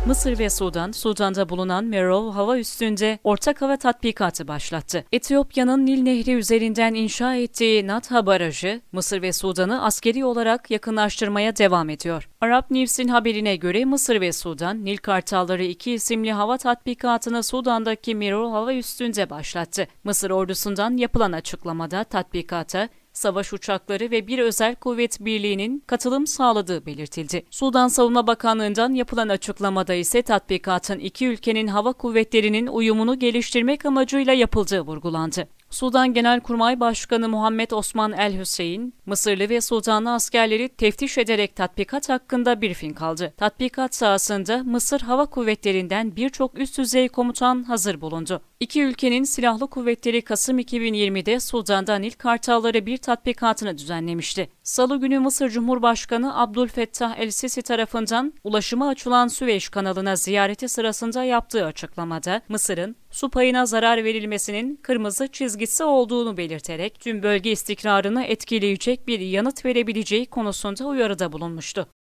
Mısır ve Sudan'da bulunan Merov hava üssünde ortak hava tatbikatı başlattı. Etiyopya'nın Nil Nehri üzerinden inşa ettiği Natha Barajı, Mısır ve Sudan'ı askeri olarak yakınlaştırmaya devam ediyor. Arap News'in haberine göre Mısır ve Sudan, Nil Kartalları 2 isimli hava tatbikatını Sudan'daki Merov hava üssünde başlattı. Mısır ordusundan yapılan açıklamada tatbikata savaş uçakları ve bir özel kuvvet birliğinin katılım sağladığı belirtildi. Sudan Savunma Bakanlığı'ndan yapılan açıklamada ise tatbikatın iki ülkenin hava kuvvetlerinin uyumunu geliştirmek amacıyla yapıldığı vurgulandı. Sudan Genelkurmay Başkanı Muhammed Osman El Hüseyin, Mısırlı ve Sudanlı askerleri teftiş ederek tatbikat hakkında briefing aldı. Tatbikat sahasında Mısır Hava Kuvvetleri'nden birçok üst düzey komutan hazır bulundu. İki ülkenin silahlı kuvvetleri Kasım 2020'de Sudan'da Nil Kartalları bir tatbikatını düzenlemişti. Salı günü Mısır Cumhurbaşkanı Abdülfettah El-Sisi tarafından ulaşıma açılan Süveyş kanalına ziyareti sırasında yaptığı açıklamada Mısır'ın su payına zarar verilmesinin kırmızı çizgisi olduğunu belirterek tüm bölge istikrarını etkileyecek bir yanıt verebileceği konusunda uyarıda bulunmuştu.